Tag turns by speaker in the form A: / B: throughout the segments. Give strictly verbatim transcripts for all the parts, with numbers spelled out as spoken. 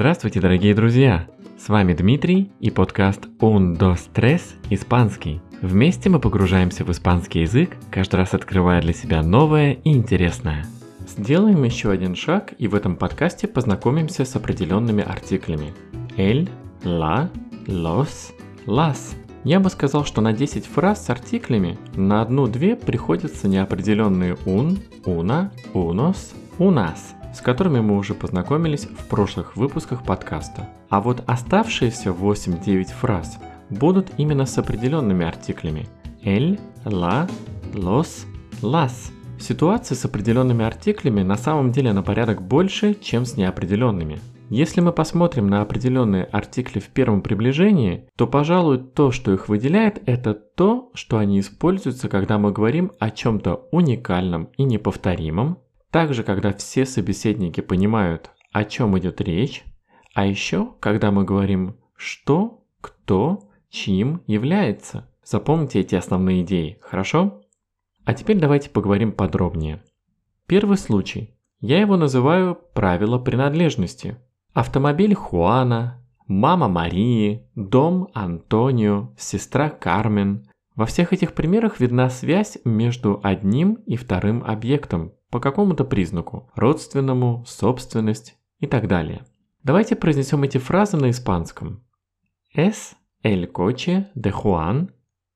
A: Здравствуйте, дорогие друзья! С вами Дмитрий и подкаст Un, dos, tres испанский. Вместе мы погружаемся в испанский язык, каждый раз открывая для себя новое и интересное. Сделаем еще один шаг и в этом подкасте познакомимся с определенными артиклями. El, la, los, las. Я бы сказал, что на десять фраз с артиклями на одну-две приходятся неопределенные un, una, unos, unas, с которыми мы уже познакомились в прошлых выпусках подкаста. А вот оставшиеся восемь-девять фраз будут именно с определенными артиклями el, la, los, las. Ситуации с определенными артиклями на самом деле на порядок больше, чем с неопределенными. Если мы посмотрим на определенные артикли в первом приближении, то, пожалуй, то, что их выделяет, это то, что они используются, когда мы говорим о чем-то уникальном и неповторимом, также, когда все собеседники понимают, о чем идет речь, а еще, когда мы говорим «что», «кто», «чьим» является. Запомните эти основные идеи, хорошо? А теперь давайте поговорим подробнее. Первый случай. Я его называю «правило принадлежности». Автомобиль Хуана, мама Марии, дом Антонио, сестра Кармен. Во всех этих примерах видна связь между одним и вторым объектом по какому-то признаку, родственному, собственность и так далее. Давайте произнесем эти фразы на испанском. Es el coche de Juan.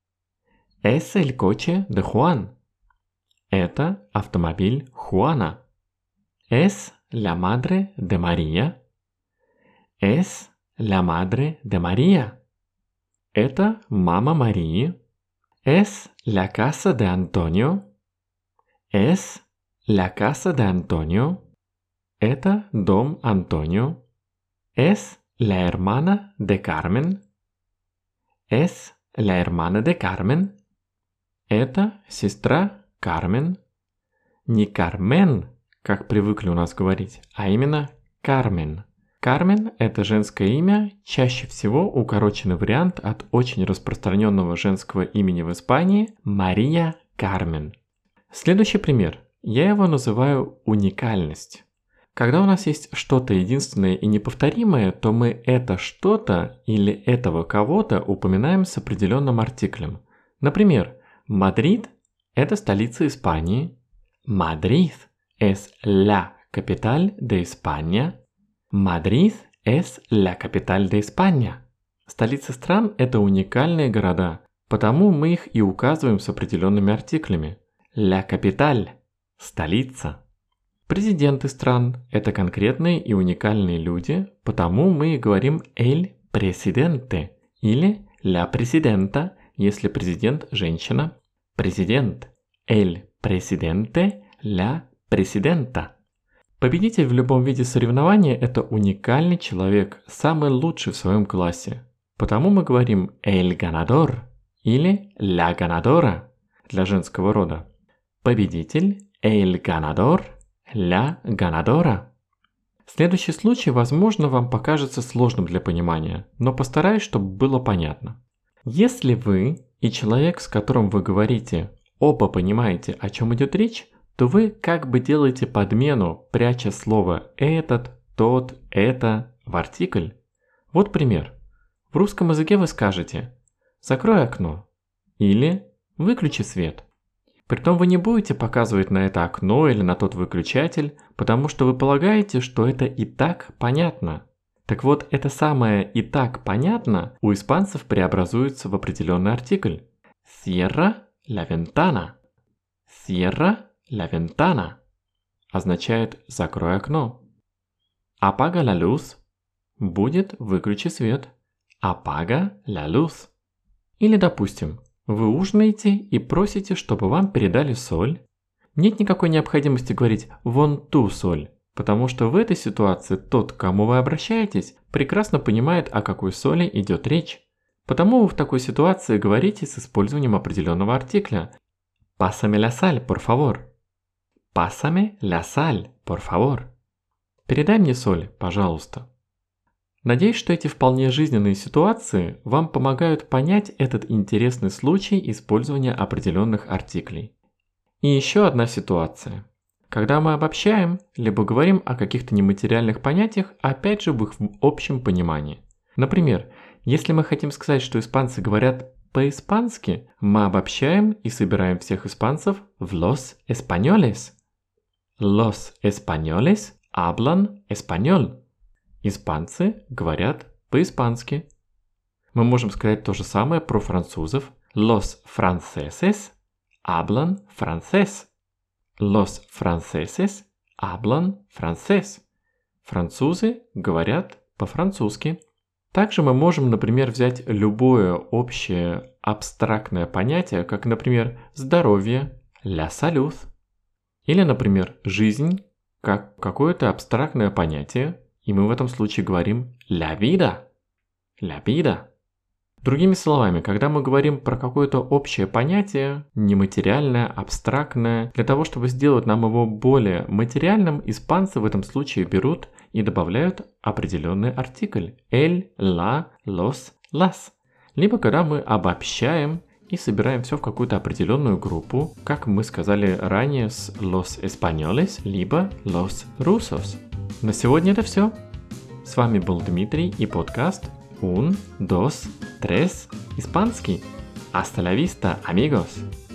A: Es el coche de Juan. Это автомобиль Хуана. Es la madre de María. Es la madre de María. Это мама Марии. Es la casa de Antonio. Es la casa de Antonio. Это дом Антонио. Es la hermana de Carmen. Es la hermana de Carmen. Это сестра Кармен. Не Кармен, как привыкли у нас говорить, а именно Кармен. Кармен – это женское имя, чаще всего укороченный вариант от очень распространенного женского имени в Испании – Мария Кармен. Следующий пример. Я его называю уникальность. Когда у нас есть что-то единственное и неповторимое, то мы это что-то или этого кого-то упоминаем с определенным артиклем. Например, Мадрид – это столица Испании. Madrid es la capital de España. Madrid es la capital de España. Столицы стран – это уникальные города, потому мы их и указываем с определенными артиклями. La capital – столица. Президенты стран – это конкретные и уникальные люди, потому мы и говорим el presidente или la presidenta, если президент – женщина. Президент – el presidente, la presidenta. Победитель в любом виде соревнования – это уникальный человек, самый лучший в своем классе. Потому мы говорим el ganador или la ganadora для женского рода. Победитель – el ganador, la ganadora. Следующий случай, возможно, вам покажется сложным для понимания, но постараюсь, чтобы было понятно. Если вы и человек, с которым вы говорите, оба понимаете, о чем идет речь, то вы как бы делаете подмену, пряча слово «этот», «тот», «это» в артикль. Вот пример. В русском языке вы скажете «закрой окно» или «выключи свет». Притом вы не будете показывать на это окно или на тот выключатель, потому что вы полагаете, что это и так понятно. Так вот, это самое «и так понятно» у испанцев преобразуется в определенный артикль. Cierra la ventana. Cierra la ventana означает «закрой окно». Apaga la luz будет «выключи свет». Apaga la luz. Или, допустим, вы ужинаете и просите, чтобы вам передали соль. Нет никакой необходимости говорить «вон ту соль», потому что в этой ситуации тот, к кому вы обращаетесь, прекрасно понимает, о какой соли идет речь. Потому вы в такой ситуации говорите с использованием определенного артикля. Pásame la sal, por favor. Pásame la sal, por favor. Передай мне соль, пожалуйста. Надеюсь, что эти вполне жизненные ситуации вам помогают понять этот интересный случай использования определенных артиклей. И еще одна ситуация. Когда мы обобщаем, либо говорим о каких-то нематериальных понятиях, опять же в их общем понимании. Например, если мы хотим сказать, что испанцы говорят по-испански, мы обобщаем и собираем всех испанцев в los españoles. Los españoles hablan español. Испанцы говорят по-испански. Мы можем сказать то же самое про французов. Los franceses hablan francés. Los franceses hablan francés. Французы говорят по-французски. Также мы можем, например, взять любое общее абстрактное понятие, как, например, здоровье, la salud, или, например, жизнь, как какое-то абстрактное понятие, и мы в этом случае говорим la vida, la vida. Другими словами, когда мы говорим про какое-то общее понятие, нематериальное, абстрактное, для того, чтобы сделать нам его более материальным, испанцы в этом случае берут и добавляют определенный артикль el, la, los, las. Либо когда мы обобщаем и собираем все в какую-то определенную группу, как мы сказали ранее с los españoles, либо los rusos. На сегодня это все. С вами был Дмитрий и подкаст Un, dos, tres, испанский. Hasta la vista, amigos!